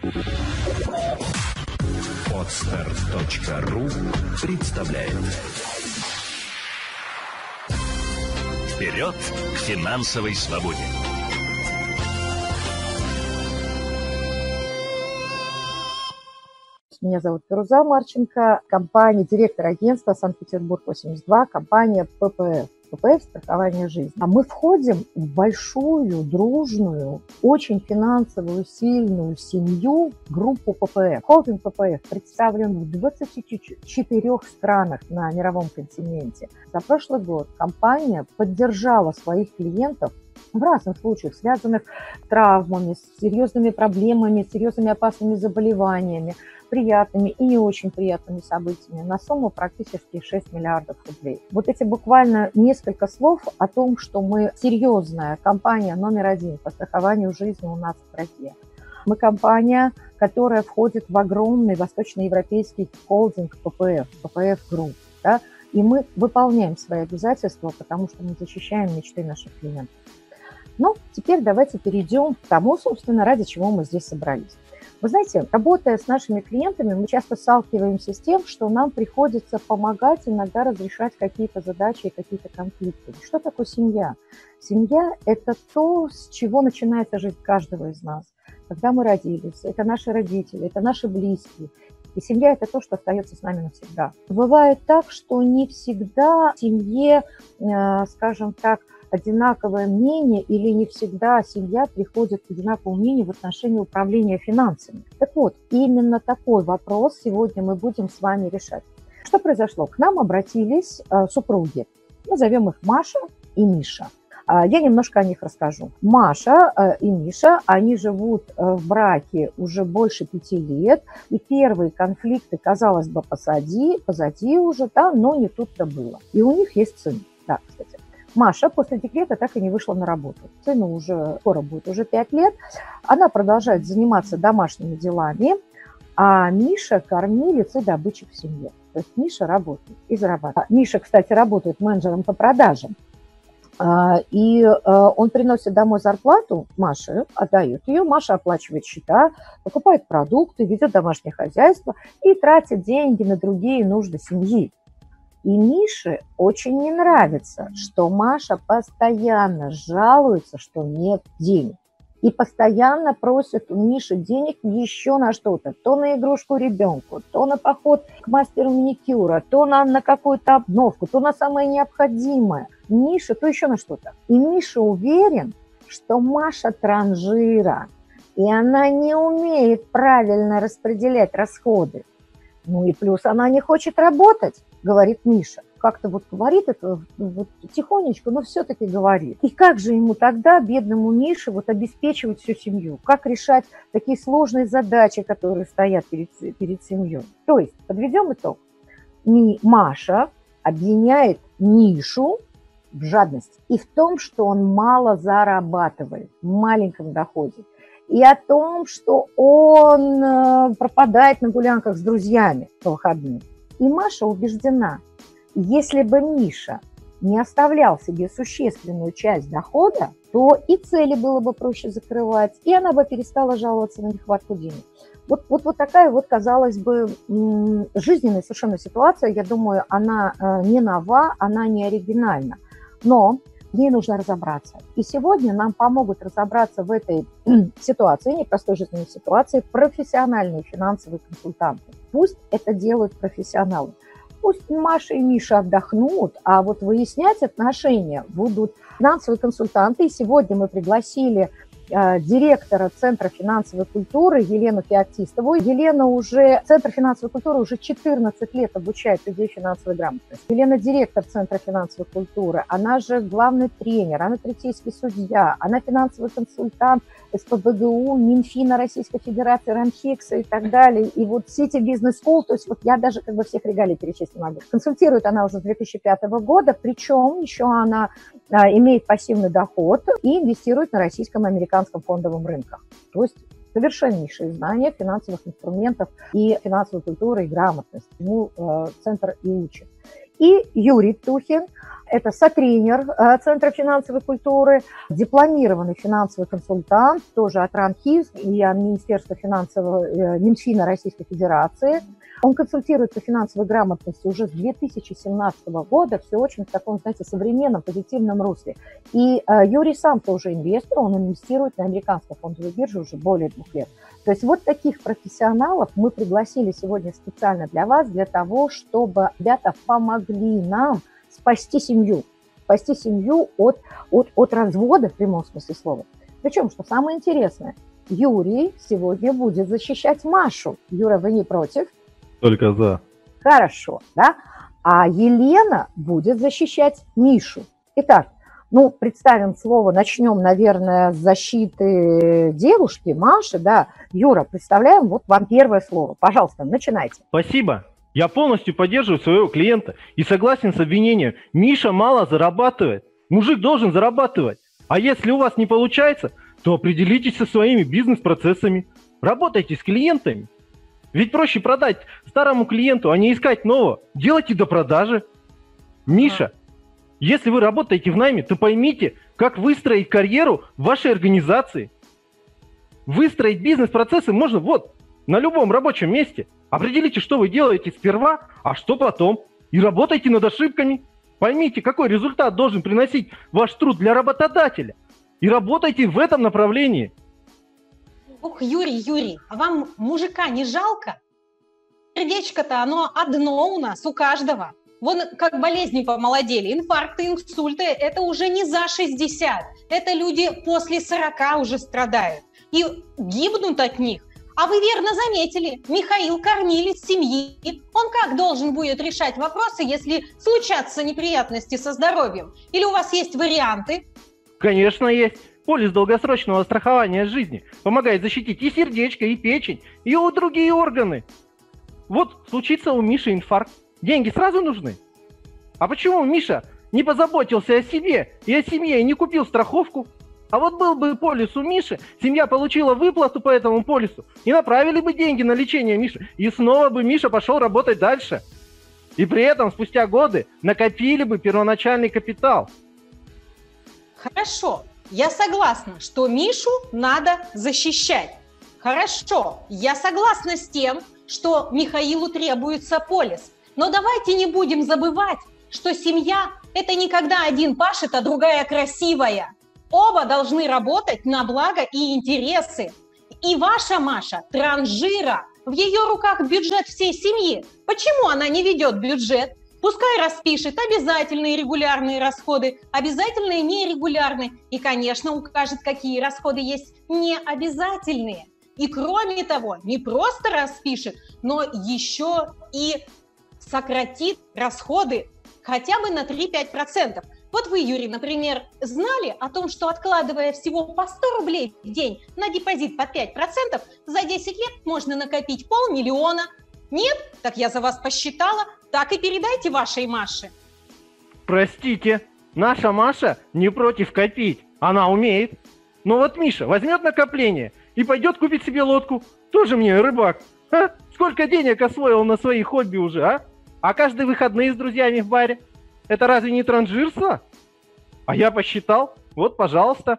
Podster.ru представляет. Вперед к финансовой свободе! Меня зовут Фируза Марченко, компания, директор агентства Санкт-Петербург-82, компания ППФ. ППФ «Страхование жизни». А мы входим в большую, дружную, очень финансовую, сильную семью, группу ППФ. Холдинг ППФ представлен в 24 странах на мировом континенте. За прошлый год компания поддержала своих клиентов в разных случаях, связанных с травмами, с серьезными проблемами, с серьезными опасными заболеваниями, приятными и не очень приятными событиями на сумму практически 6 миллиардов рублей. Вот эти буквально несколько слов о том, что мы серьезная компания номер один по страхованию жизни у нас в стране. Мы компания, которая входит в огромный восточноевропейский холдинг ППФ, ППФ Групп, да, и мы выполняем свои обязательства, потому что мы защищаем мечты наших клиентов. Ну, теперь давайте перейдем к тому, собственно, ради чего мы здесь собрались. Вы знаете, работая с нашими клиентами, мы часто сталкиваемся с тем, что нам приходится помогать иногда разрешать какие-то задачи и какие-то конфликты. Что такое семья? Семья – это то, с чего начинается жизнь каждого из нас. Когда мы родились, это наши родители, это наши близкие. И семья – это то, что остается с нами навсегда. Бывает так, что не всегда в семье, скажем так, одинаковое мнение или не всегда семья приходит к одинаковому мнению в отношении управления финансами. Так вот, именно такой вопрос сегодня мы будем с вами решать. Что произошло? К нам обратились супруги. Назовем их Маша и Миша. Я немножко о них расскажу. Маша и Миша, они живут в браке уже больше 5 лет, и первые конфликты, казалось бы, позади уже, да, но не тут-то было. И у них есть сын, да, кстати. Маша после декрета так и не вышла на работу. Сыну уже скоро будет уже 5 лет. Она продолжает заниматься домашними делами, а Миша – кормилец и добытчик в семье. То есть Миша работает и зарабатывает. Миша, кстати, работает менеджером по продажам. И он приносит домой зарплату Маше, отдает ее, Маша оплачивает счета, покупает продукты, ведет домашнее хозяйство и тратит деньги на другие нужды семьи. И Мише очень не нравится, что Маша постоянно жалуется, что нет денег. И постоянно просит у Миши денег еще на что-то. То на игрушку ребенку, то на поход к мастеру маникюра, то на какую-то обновку, то на самое необходимое. Миша, то еще на что-то. И Миша уверен, что Маша транжира, и она не умеет правильно распределять расходы. Ну и плюс она не хочет работать, говорит Миша. Как-то вот говорит это вот тихонечко, но все-таки говорит. И как же ему тогда, бедному Мише, вот обеспечивать всю семью? Как решать такие сложные задачи, которые стоят перед семьей? То есть, подведем итог. Маша обвиняет Мишу в жадности и в том, что он мало зарабатывает, в маленьком доходе. И о том, что он пропадает на гулянках с друзьями по выходным. И Маша убеждена, если бы Миша не оставлял себе существенную часть дохода, то и цели было бы проще закрывать, и она бы перестала жаловаться на нехватку денег. Вот такая вот, казалось бы, жизненная совершенно ситуация. Я думаю, она не нова, она не оригинальна. Но в ней нужно разобраться. И сегодня нам помогут разобраться в этой ситуации, непростой жизненной ситуации, профессиональные финансовые консультанты. Пусть это делают профессионалы. Пусть Маша и Миша отдохнут, а вот выяснять отношения будут финансовые консультанты. И сегодня мы пригласили директора Центра финансовой культуры Елену Феоктистову. Елена Центр финансовой культуры уже 14 лет обучает людей финансовой грамотности. Елена директор Центра финансовой культуры, она же главный тренер, она третейский судья, она финансовый консультант СПБГУ, Минфина Российской Федерации, РАНХИКСа и так далее. И вот City Business School, то есть вот я даже как бы всех регалий перечислить не могу. Консультирует она уже с 2005 года, причем еще она имеет пассивный доход и инвестирует на российском и американском фондовом рынках. То есть совершеннейшие знания финансовых инструментов и финансовой культуры и грамотности. Центр и учит. И Юрий Тухин, это сотренер Центра финансовой культуры, дипломированный финансовый консультант, тоже от РАНХИЗ и от Министерства финансового, Минфина Российской Федерации. Он консультирует по финансовой грамотности уже с 2017 года, все очень в таком, знаете, современном, позитивном русле. И Юрий сам тоже инвестор, он инвестирует на американской фондовой бирже уже более 2 лет. То есть вот таких профессионалов мы пригласили сегодня специально для вас, для того, чтобы ребята помогли нам спасти семью от развода в прямом смысле слова. Причем, что самое интересное, Юрий сегодня будет защищать Машу. Юра, вы не против? Только за. Хорошо, да? А Елена будет защищать Мишу. Итак, представим слово, начнем, наверное, с защиты девушки, Маши, да. Юра, представляем, вот вам первое слово. Пожалуйста, начинайте. Спасибо. Я полностью поддерживаю своего клиента и согласен с обвинением. Миша мало зарабатывает. Мужик должен зарабатывать. А если у вас не получается, то определитесь со своими бизнес-процессами. Работайте с клиентами. Ведь проще продать старому клиенту, а не искать нового. Делайте до продажи. Миша, если вы работаете в найме, то поймите, как выстроить карьеру в вашей организации. Выстроить бизнес-процессы можно на любом рабочем месте. Определите, что вы делаете сперва, а что потом. И работайте над ошибками. Поймите, какой результат должен приносить ваш труд для работодателя. И работайте в этом направлении. Ох, Юрий, а вам мужика не жалко? Сердечко-то оно одно у нас, у каждого. Вон как болезни помолодели, инфаркты, инсульты, это уже не за 60. Это люди после 40 уже страдают и гибнут от них. А вы верно заметили, Михаил кормилец семьи. Он как должен будет решать вопросы, если случатся неприятности со здоровьем? Или у вас есть варианты? Конечно, есть. Полис долгосрочного страхования жизни помогает защитить и сердечко, и печень, и другие органы. Вот случится у Миши инфаркт. Деньги сразу нужны? А почему Миша не позаботился о себе и о семье и не купил страховку? А вот был бы полис у Миши, семья получила выплату по этому полису, и направили бы деньги на лечение Миши, и снова бы Миша пошел работать дальше. И при этом спустя годы накопили бы первоначальный капитал. Хорошо, я согласна, что Мишу надо защищать. Хорошо, я согласна с тем, что Михаилу требуется полис. Но давайте не будем забывать, что семья – это не когда один пашет, а другая красивая. Оба должны работать на благо и интересы. И ваша Маша – транжира. В ее руках бюджет всей семьи. Почему она не ведет бюджет? Пускай распишет обязательные регулярные расходы, обязательные нерегулярные. И, конечно, укажет, какие расходы есть необязательные. И, кроме того, не просто распишет, но еще и сократит расходы хотя бы на 3-5%. Вот вы, Юрий, например, знали о том, что откладывая всего по 100 рублей в день на депозит по 5%, за 10 лет можно накопить 500 000. Нет? Так я за вас посчитала. Так и передайте вашей Маше. Простите, наша Маша не против копить. Она умеет. Но вот Миша возьмет накопление и пойдет купить себе лодку. Тоже мне рыбак. Сколько денег освоил на свои хобби уже, а? А каждые выходные с друзьями в баре. Это разве не транжирство? А я посчитал. Вот, пожалуйста.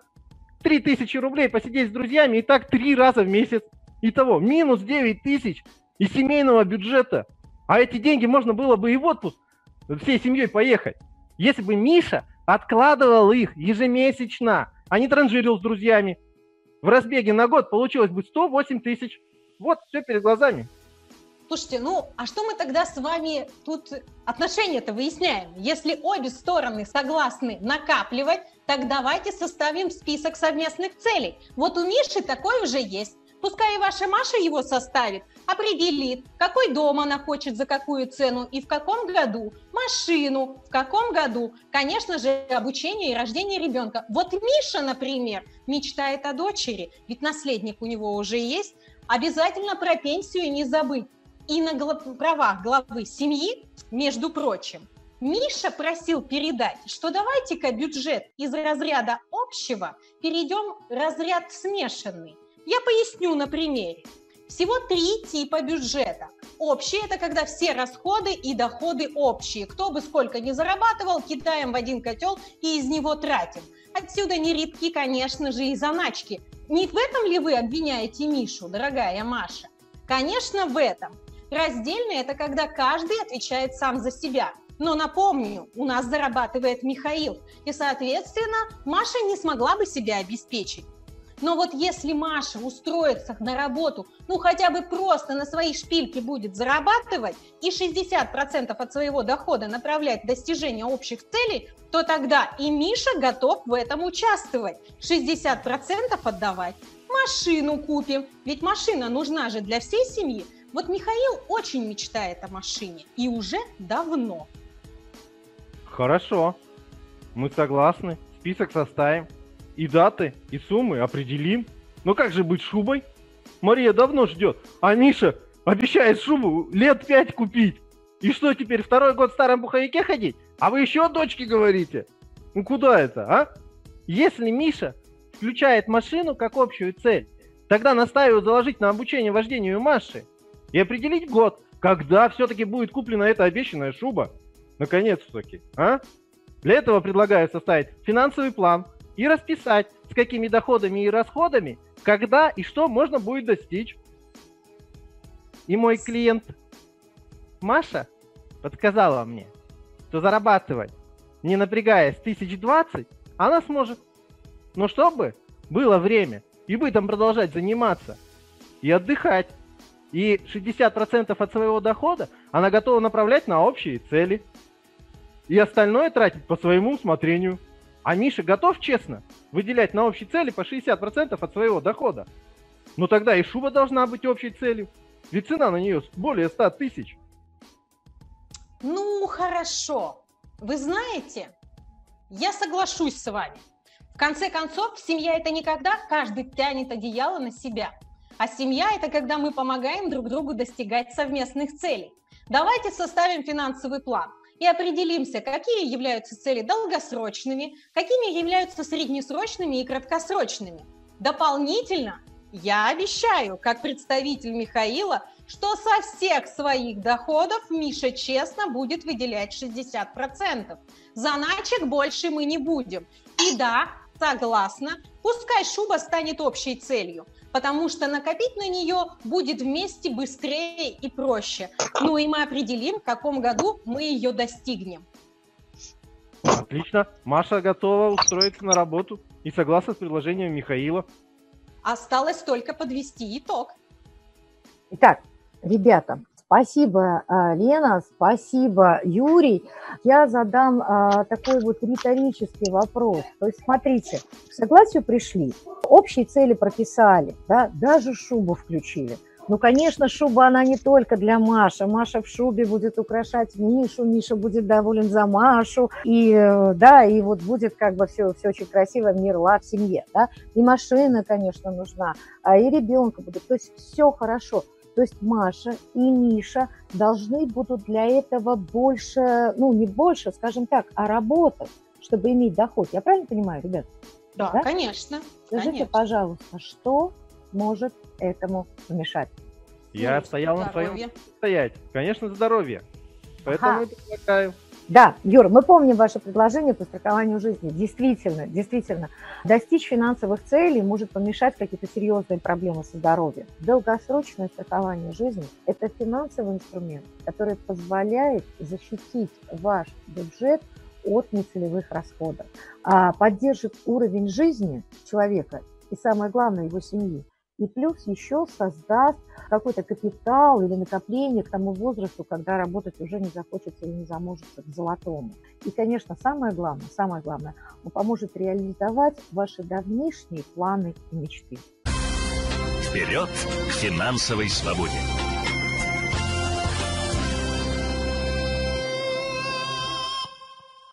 3000 рублей посидеть с друзьями и так 3 раза в месяц. Итого минус 9000 из семейного бюджета. А эти деньги можно было бы и в отпуск всей семьей поехать. Если бы Миша откладывал их ежемесячно, а не транжирил с друзьями. В разбеге на год получилось бы 108 000. Вот, все перед глазами. Слушайте, а что мы тогда с вами тут отношения-то выясняем? Если обе стороны согласны накапливать, так давайте составим список совместных целей. Вот у Миши такой уже есть. Пускай и ваша Маша его составит, определит, какой дом она хочет, за какую цену и в каком году, машину, в каком году, конечно же, обучение и рождение ребенка. Вот Миша, например, мечтает о дочери, ведь наследник у него уже есть. Обязательно про пенсию не забыть. И на правах главы семьи, между прочим, Миша просил передать, что давайте-ка бюджет из разряда общего перейдем в разряд смешанный. Я поясню на примере. Всего 3 типа бюджета. Общий – это когда все расходы и доходы общие. Кто бы сколько ни зарабатывал, кидаем в один котел и из него тратим. Отсюда нередки, конечно же, и заначки. Не в этом ли вы обвиняете Мишу, дорогая Маша? Конечно, в этом. Раздельный – это когда каждый отвечает сам за себя. Но напомню, у нас зарабатывает Михаил, и, соответственно, Маша не смогла бы себя обеспечить. Но вот если Маша устроится на работу, ну хотя бы просто на свои шпильки будет зарабатывать и 60% от своего дохода направлять в достижение общих целей, то тогда и Миша готов в этом участвовать. 60% отдавать. Машину купим, ведь машина нужна же для всей семьи. Вот Михаил очень мечтает о машине, и уже давно. Хорошо, мы согласны, список составим. И даты, и суммы определим. Но как же быть с шубой? Мария давно ждет, а Миша обещает шубу лет 5 купить. И что теперь, 2-й год в старом пуховике ходить? А вы еще о дочке говорите? Ну куда это, а? Если Миша включает машину как общую цель, тогда настаиваю заложить на обучение вождению Маши и определить год, когда все-таки будет куплена эта обещанная шуба. Наконец-таки, а? Для этого предлагаю составить финансовый план и расписать, с какими доходами и расходами, когда и что можно будет достичь. И мой клиент Маша подсказала мне, что зарабатывать, не напрягаясь, 1020, она сможет. Но чтобы было время и бытом продолжать заниматься, и отдыхать, и 60% от своего дохода она готова направлять на общие цели. И остальное тратить по своему усмотрению. А Миша готов честно выделять на общие цели по 60% от своего дохода. Но тогда и шуба должна быть общей целью. Ведь цена на нее более 100 тысяч. Ну, хорошо. Вы знаете, я соглашусь с вами. В конце концов, семья – это не когда каждый тянет одеяло на себя. А семья – это когда мы помогаем друг другу достигать совместных целей. Давайте составим финансовый план и определимся, какие являются цели долгосрочными, какими являются среднесрочными и краткосрочными. Дополнительно я обещаю, как представитель Михаила, что со всех своих доходов Миша честно будет выделять 60%. Заначек больше мы не будем. И да, согласна, пускай шуба станет общей целью, потому что накопить на нее будет вместе быстрее и проще. Ну и мы определим, в каком году мы ее достигнем. Отлично. Маша готова устроиться на работу и согласна с предложением Михаила. Осталось только подвести итог. Итак, ребята, спасибо, Лена, спасибо, Юрий. Я задам такой вот риторический вопрос. То есть, смотрите, к согласию пришли, общие цели прописали, да, даже шубу включили. Ну, конечно, шуба, она не только для Маши. Маша в шубе будет украшать Мишу, Миша будет доволен за Машу. И, да, и вот будет как бы все очень красиво, мир, лад в семье, да. И машина, конечно, нужна, и ребенка будет. То есть все хорошо. То есть Маша и Миша должны будут для этого больше, ну, не больше, скажем так, а работать, чтобы иметь доход. Я правильно понимаю, ребят? Да, да? Конечно. Скажите, конечно. пожалуйста, что может этому помешать? Я стоял на своем стоять. Конечно, здоровье. Поэтому и предлагаю. Да, Юр, мы помним ваше предложение по страхованию жизни. Действительно, достичь финансовых целей может помешать какие-то серьезные проблемы со здоровьем. Долгосрочное страхование жизни – это финансовый инструмент, который позволяет защитить ваш бюджет от нецелевых расходов, поддержит уровень жизни человека и, самое главное, его семьи. И плюс еще создаст какой-то капитал или накопление к тому возрасту, когда работать уже не захочется или не заможется к золотому. И, конечно, самое главное, он поможет реализовать ваши давнишние планы и мечты. Вперед к финансовой свободе!